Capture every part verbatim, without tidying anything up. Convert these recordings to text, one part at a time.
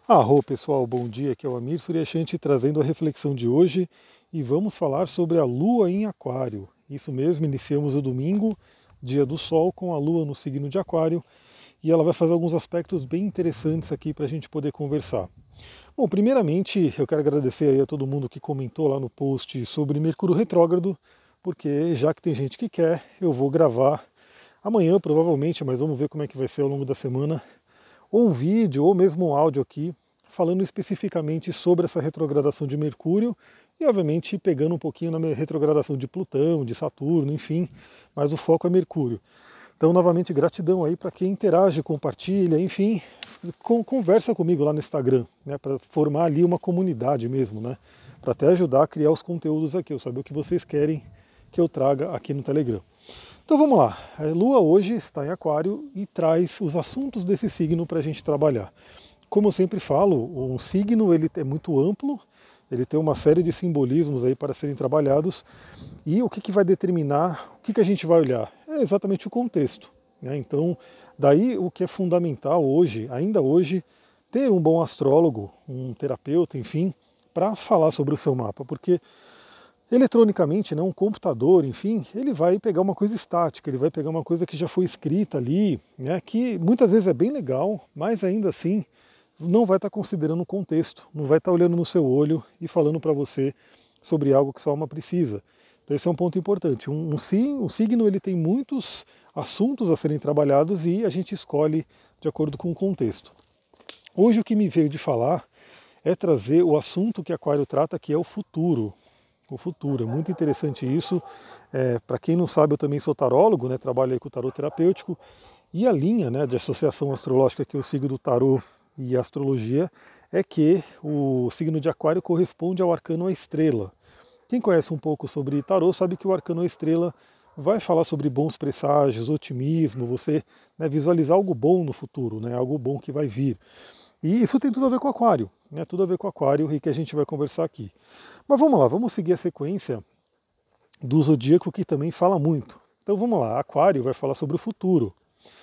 Arro pessoal, bom dia, aqui é o Amir Suryashanti trazendo a reflexão de hoje e vamos falar sobre a Lua em Aquário. Isso mesmo, iniciamos o domingo, dia do Sol, com a Lua no signo de Aquário e ela vai fazer alguns aspectos bem interessantes aqui para a gente poder conversar. Bom, primeiramente eu quero agradecer aí a todo mundo que comentou lá no post sobre Mercúrio retrógrado, porque já que tem gente que quer, eu vou gravar amanhã provavelmente, mas vamos ver como é que vai ser ao longo da semana, ou um vídeo ou mesmo um áudio aqui falando especificamente sobre essa retrogradação de Mercúrio e, obviamente, pegando um pouquinho na retrogradação de Plutão, de Saturno, enfim, mas o foco é Mercúrio. Então, novamente, gratidão aí para quem interage, compartilha, enfim, conversa comigo lá no Instagram, né, para formar ali uma comunidade mesmo, né, para até ajudar a criar os conteúdos aqui, eu saber o que vocês querem que eu traga aqui no Telegram. Então vamos lá, a Lua hoje está em Aquário e traz os assuntos desse signo para a gente trabalhar. Como eu sempre falo, um signo ele é muito amplo, ele tem uma série de simbolismos aí para serem trabalhados e o que, que vai determinar, o que, que a gente vai olhar? É exatamente o contexto. Né? Então, daí o que é fundamental hoje, ainda hoje, ter um bom astrólogo, um terapeuta, enfim, para falar sobre o seu mapa, porque eletronicamente, né, um computador, enfim, ele vai pegar uma coisa estática, ele vai pegar uma coisa que já foi escrita ali, né, que muitas vezes é bem legal, mas ainda assim não vai estar considerando o contexto, não vai estar olhando no seu olho e falando para você sobre algo que sua alma precisa. Então esse é um ponto importante. Um, um, sim, um signo ele tem muitos assuntos a serem trabalhados e a gente escolhe de acordo com o contexto. Hoje o que me veio de falar é trazer o assunto que Aquário trata, que é o futuro. O futuro, é muito interessante isso. É, para quem não sabe, eu também sou tarólogo, né, trabalho aí com o tarô terapêutico, e a linha, né, de associação astrológica que eu sigo do tarô e astrologia é que o signo de Aquário corresponde ao arcano A Estrela. Quem conhece um pouco sobre tarô sabe que o arcano A Estrela vai falar sobre bons presságios, otimismo, você, né, visualizar algo bom no futuro, né, algo bom que vai vir. E isso tem tudo a ver com Aquário, né, tudo a ver com Aquário e que a gente vai conversar aqui. Mas vamos lá, vamos seguir a sequência do zodíaco que também fala muito. Então vamos lá, Aquário vai falar sobre o futuro.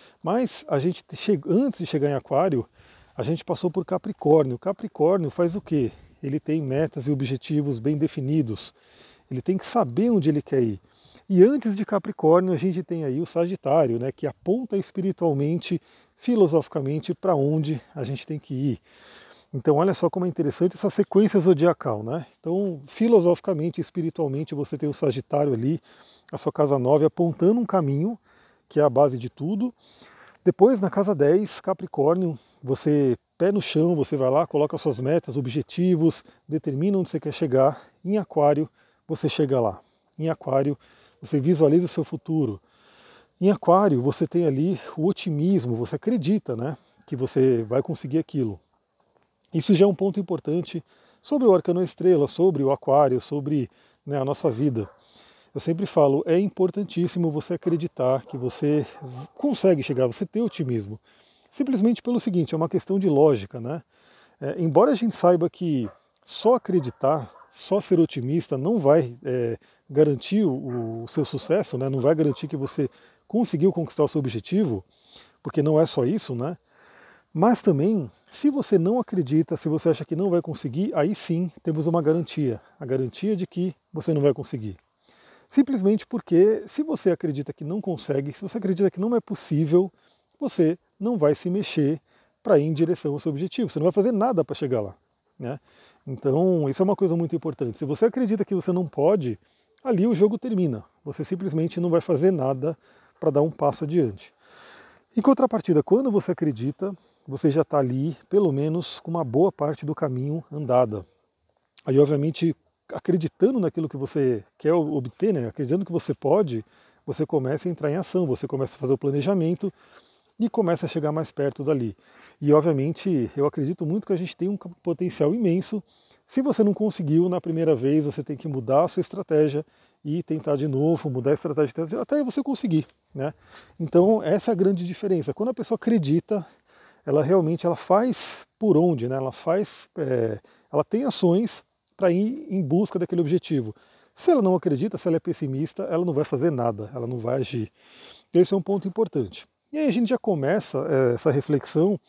Mas a gente antes de chegar em Aquário, a gente passou por Capricórnio. Capricórnio faz o quê? Ele tem metas e objetivos bem definidos. Ele tem que saber onde ele quer ir. E antes de Capricórnio, a gente tem aí o Sagitário, né, que aponta espiritualmente, filosoficamente, para onde a gente tem que ir. Então olha só como é interessante essa sequência zodiacal, né? Então, filosoficamente, espiritualmente, você tem o Sagitário ali, a sua casa nove, apontando um caminho, que é a base de tudo. Depois, na casa dez, Capricórnio, você pé no chão, você vai lá, coloca suas metas, objetivos, determina onde você quer chegar. Em Aquário, você chega lá. Em Aquário, você visualiza o seu futuro. Em Aquário, você tem ali o otimismo, você acredita, né, que você vai conseguir aquilo. Isso já é um ponto importante sobre o arcano estrela, sobre o Aquário, sobre, né, a nossa vida. Eu sempre falo, é importantíssimo você acreditar que você consegue chegar, você ter otimismo. Simplesmente pelo seguinte, é uma questão de lógica, né? É, embora a gente saiba que só acreditar, só ser otimista não vai é, garantir o, o seu sucesso, né? Não vai garantir que você conseguiu conquistar o seu objetivo, porque não é só isso, né? Mas também, se você não acredita, se você acha que não vai conseguir, aí sim temos uma garantia, a garantia de que você não vai conseguir. Simplesmente porque se você acredita que não consegue, se você acredita que não é possível, você não vai se mexer para ir em direção ao seu objetivo, você não vai fazer nada para chegar lá. Né? Então, isso é uma coisa muito importante. Se você acredita que você não pode, ali o jogo termina. Você simplesmente não vai fazer nada para dar um passo adiante. Em contrapartida, quando você acredita, você já está ali, pelo menos, com uma boa parte do caminho andada. Aí, obviamente, acreditando naquilo que você quer obter, né, acreditando que você pode, você começa a entrar em ação, você começa a fazer o planejamento e começa a chegar mais perto dali. E, obviamente, eu acredito muito que a gente tem um potencial imenso. Se você não conseguiu na primeira vez, você tem que mudar a sua estratégia e tentar de novo, mudar a estratégia até você conseguir. Né? Então, essa é a grande diferença. Quando a pessoa acredita, ela realmente ela faz por onde, né? Ela faz, é, ela tem ações para ir em busca daquele objetivo. Se ela não acredita, se ela é pessimista, ela não vai fazer nada, ela não vai agir. Esse é um ponto importante. E aí a gente já começa é, essa reflexão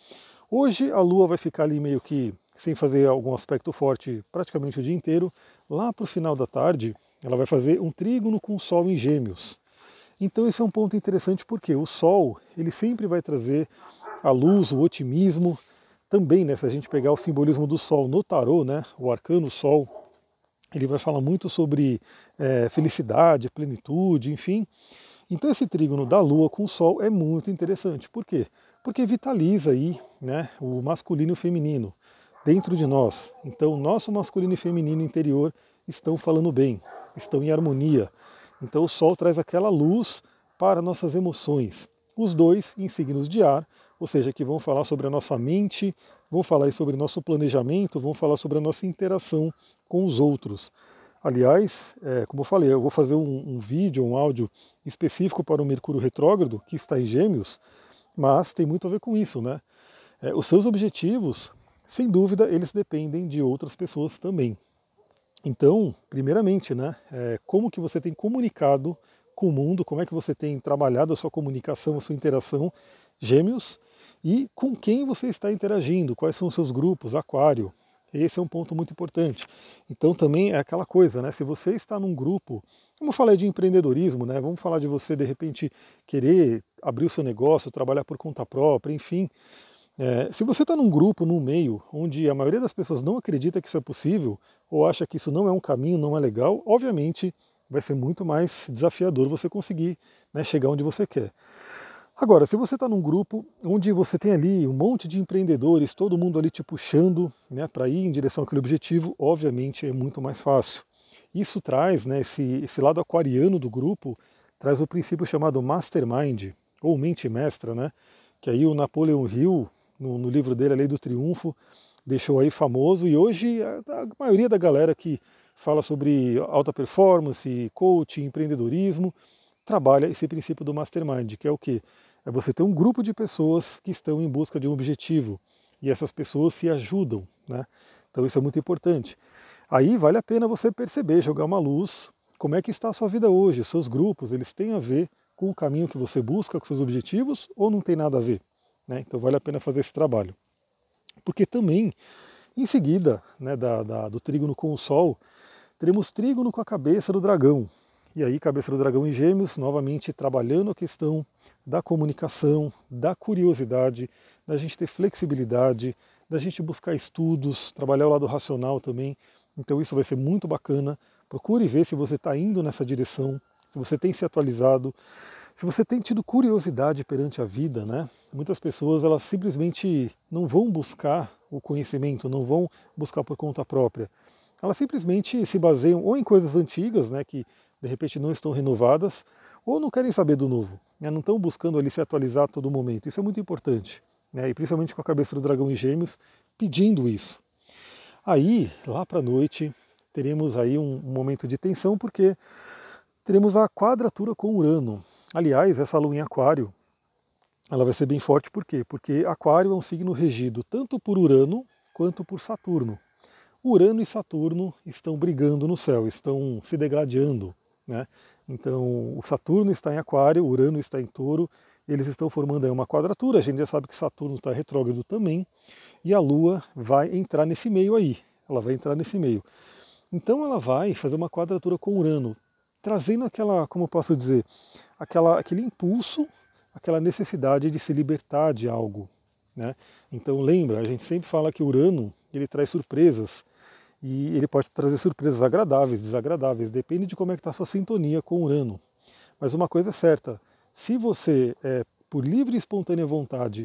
Hoje a Lua vai ficar ali meio que sem fazer algum aspecto forte praticamente o dia inteiro. Lá para o final da tarde, ela vai fazer um trígono com o Sol em Gêmeos. Então esse é um ponto interessante porque o Sol, ele sempre vai trazer a luz, o otimismo. Também, né, se a gente pegar o simbolismo do Sol no tarô, né, o arcano Sol, ele vai falar muito sobre é, felicidade, plenitude, enfim. Então esse trígono da Lua com o Sol é muito interessante. Por quê? Porque vitaliza aí, né, o masculino e o feminino dentro de nós. Então nosso masculino e feminino interior estão falando bem, estão em harmonia. Então o Sol traz aquela luz para nossas emoções. Os dois em signos de ar, ou seja, que vão falar sobre a nossa mente, vão falar sobre nosso planejamento, vão falar sobre a nossa interação com os outros. Aliás, é, como eu falei, eu vou fazer um, um vídeo, um áudio específico para o Mercúrio retrógrado, que está em Gêmeos, mas tem muito a ver com isso, né? É, os seus objetivos, sem dúvida, eles dependem de outras pessoas também. Então, primeiramente, né, é, como que você tem comunicado com o mundo, como é que você tem trabalhado a sua comunicação, a sua interação, Gêmeos, e com quem você está interagindo, quais são os seus grupos, Aquário. Esse é um ponto muito importante. Então também é aquela coisa, né? Se você está num grupo, como eu falei de empreendedorismo, né? Vamos falar de você de repente querer abrir o seu negócio, trabalhar por conta própria, enfim. É, se você está num grupo, num meio, onde a maioria das pessoas não acredita que isso é possível, ou acha que isso não é um caminho, não é legal, obviamente vai ser muito mais desafiador você conseguir, né, chegar onde você quer. Agora, se você está num grupo onde você tem ali um monte de empreendedores, todo mundo ali te puxando, né, para ir em direção àquele objetivo, obviamente é muito mais fácil. Isso traz, né, esse, esse lado aquariano do grupo, traz o princípio chamado mastermind, ou mente mestra, né, que aí o Napoleon Hill, no, no livro dele, A Lei do Triunfo, deixou aí famoso, e hoje a, a maioria da galera que fala sobre alta performance, coaching, empreendedorismo, trabalha esse princípio do mastermind, que é o quê? É você ter um grupo de pessoas que estão em busca de um objetivo e essas pessoas se ajudam, né? Então isso é muito importante. Aí vale a pena você perceber, jogar uma luz, como é que está a sua vida hoje, seus grupos, eles têm a ver com o caminho que você busca, com seus objetivos, ou não tem nada a ver, né? Então vale a pena fazer esse trabalho. Porque também, em seguida, né, da, da, do trígono com o Sol, teremos trígono com a cabeça do dragão. E aí, cabeça do dragão em Gêmeos, novamente trabalhando a questão da comunicação, da curiosidade, da gente ter flexibilidade, da gente buscar estudos, trabalhar o lado racional também. Então isso vai ser muito bacana. Procure ver se você está indo nessa direção, se você tem se atualizado, se você tem tido curiosidade perante a vida, né? Muitas pessoas, elas simplesmente não vão buscar o conhecimento, não vão buscar por conta própria. Elas simplesmente se baseiam ou em coisas antigas, né, que de repente não estão renovadas, ou não querem saber do novo, né, não estão buscando ali se atualizar a todo momento. Isso é muito importante, né, e principalmente com a cabeça do dragão em Gêmeos pedindo isso. Aí, lá para a noite, teremos aí um, um momento de tensão, porque teremos a quadratura com Urano. Aliás, essa lua em Aquário, ela vai ser bem forte, por quê? Porque Aquário é um signo regido tanto por Urano quanto por Saturno. Urano e Saturno estão brigando no céu, estão se degladiando, né? Então, o Saturno está em Aquário, Urano está em Touro, eles estão formando aí uma quadratura, a gente já sabe que Saturno está retrógrado também, e a Lua vai entrar nesse meio aí, ela vai entrar nesse meio. Então ela vai fazer uma quadratura com Urano, trazendo aquela, como eu posso dizer, aquela, aquele impulso, aquela necessidade de se libertar de algo, né? Então lembra, a gente sempre fala que Urano, ele traz surpresas, e ele pode trazer surpresas agradáveis, desagradáveis, depende de como é que está a sua sintonia com Urano. Mas uma coisa é certa, se você, é, por livre e espontânea vontade,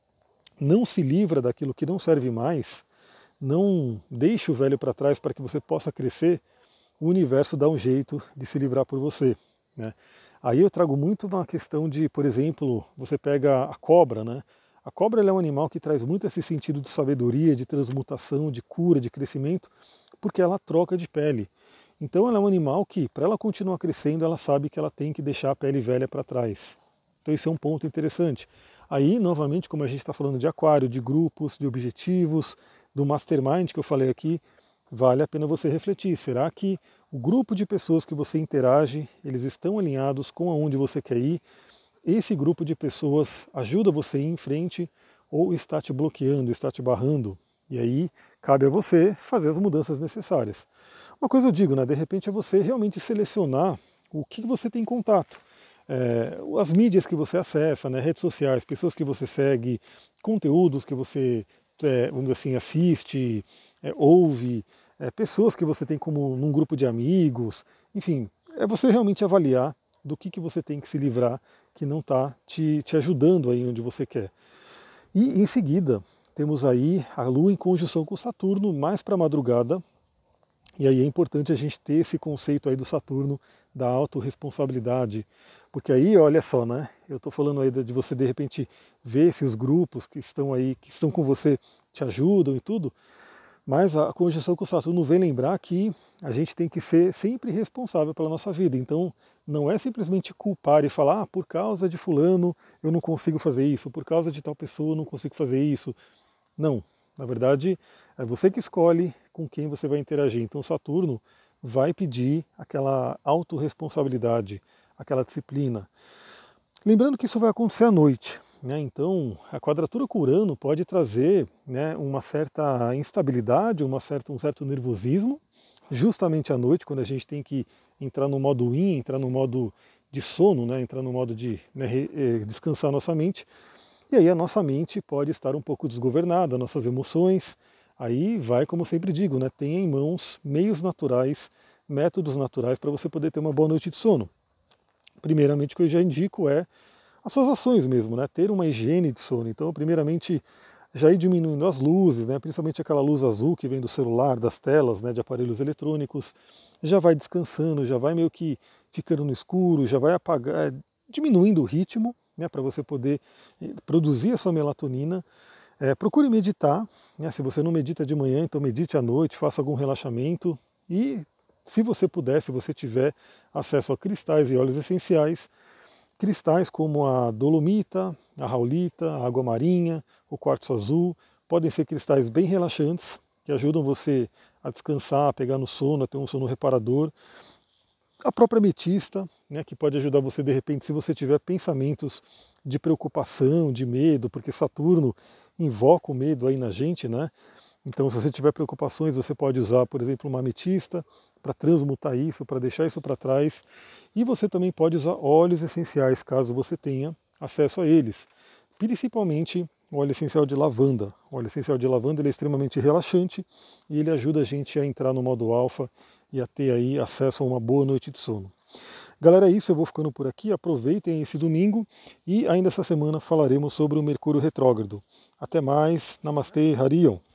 não se livra daquilo que não serve mais, não deixe o velho para trás para que você possa crescer, o universo dá um jeito de se livrar por você, né? Aí eu trago muito uma questão de, por exemplo, você pega a cobra, né? A cobra ela é um animal que traz muito esse sentido de sabedoria, de transmutação, de cura, de crescimento, porque ela troca de pele. Então ela é um animal que, para ela continuar crescendo, ela sabe que ela tem que deixar a pele velha para trás. Então isso é um ponto interessante. Aí, novamente, como a gente está falando de aquário, de grupos, de objetivos, do mastermind que eu falei aqui, vale a pena você refletir. Será que o grupo de pessoas que você interage, eles estão alinhados com aonde você quer ir? Esse grupo de pessoas ajuda você a ir em frente, ou está te bloqueando, está te barrando. E aí cabe a você fazer as mudanças necessárias. Uma coisa eu digo, né? De repente é você realmente selecionar o que você tem em contato. É, as mídias que você acessa, né? Redes sociais, pessoas que você segue, conteúdos que você, é, vamos dizer assim, assiste, é, ouve, é, pessoas que você tem como num grupo de amigos, enfim, é você realmente avaliar do que, que você tem que se livrar que não está te, te ajudando aí onde você quer. E em seguida, temos aí a Lua em conjunção com Saturno, mais para a madrugada, e aí é importante a gente ter esse conceito aí do Saturno, da autorresponsabilidade, porque aí, olha só, né, eu estou falando aí de você de repente ver se os grupos que estão aí, que estão com você, te ajudam e tudo, mas a conjunção com Saturno vem lembrar que a gente tem que ser sempre responsável pela nossa vida. Então, não é simplesmente culpar e falar, ah, por causa de fulano eu não consigo fazer isso, por causa de tal pessoa eu não consigo fazer isso. Não, na verdade, é você que escolhe com quem você vai interagir. Então, Saturno vai pedir aquela autorresponsabilidade, aquela disciplina. Lembrando que isso vai acontecer à noite, né? Então a quadratura com Urano pode trazer, né, uma certa instabilidade, uma certa, um certo nervosismo, justamente à noite, quando a gente tem que entrar no modo yin, entrar no modo de sono, né, entrar no modo de, né, descansar a nossa mente, e aí a nossa mente pode estar um pouco desgovernada, nossas emoções, aí vai, como sempre digo, né, tenha em mãos meios naturais, métodos naturais para você poder ter uma boa noite de sono. Primeiramente, o que eu já indico é as suas ações mesmo, né? Ter uma higiene de sono. Então, primeiramente, já ir diminuindo as luzes, né? Principalmente aquela luz azul que vem do celular, das telas, né? De aparelhos eletrônicos. Já vai descansando, já vai meio que ficando no escuro, já vai apagar, diminuindo o ritmo, né? Para você poder produzir a sua melatonina. É, procure meditar, né? Se você não medita de manhã, então medite à noite, faça algum relaxamento e, se você puder, se você tiver acesso a cristais e óleos essenciais, cristais como a dolomita, a raulita, a água marinha, o quartzo azul, podem ser cristais bem relaxantes, que ajudam você a descansar, a pegar no sono, a ter um sono reparador. A própria ametista, né, que pode ajudar você de repente se você tiver pensamentos de preocupação, de medo, porque Saturno invoca o medo aí na gente, né? Então, se você tiver preocupações, você pode usar, por exemplo, uma ametista para transmutar isso, para deixar isso para trás. E você também pode usar óleos essenciais, caso você tenha acesso a eles. Principalmente o óleo essencial de lavanda. O óleo essencial de lavanda ele é extremamente relaxante e ele ajuda a gente a entrar no modo alfa e a ter aí acesso a uma boa noite de sono. Galera, é isso, eu vou ficando por aqui. Aproveitem esse domingo e ainda essa semana falaremos sobre o Mercúrio retrógrado. Até mais, Namastê, Harion.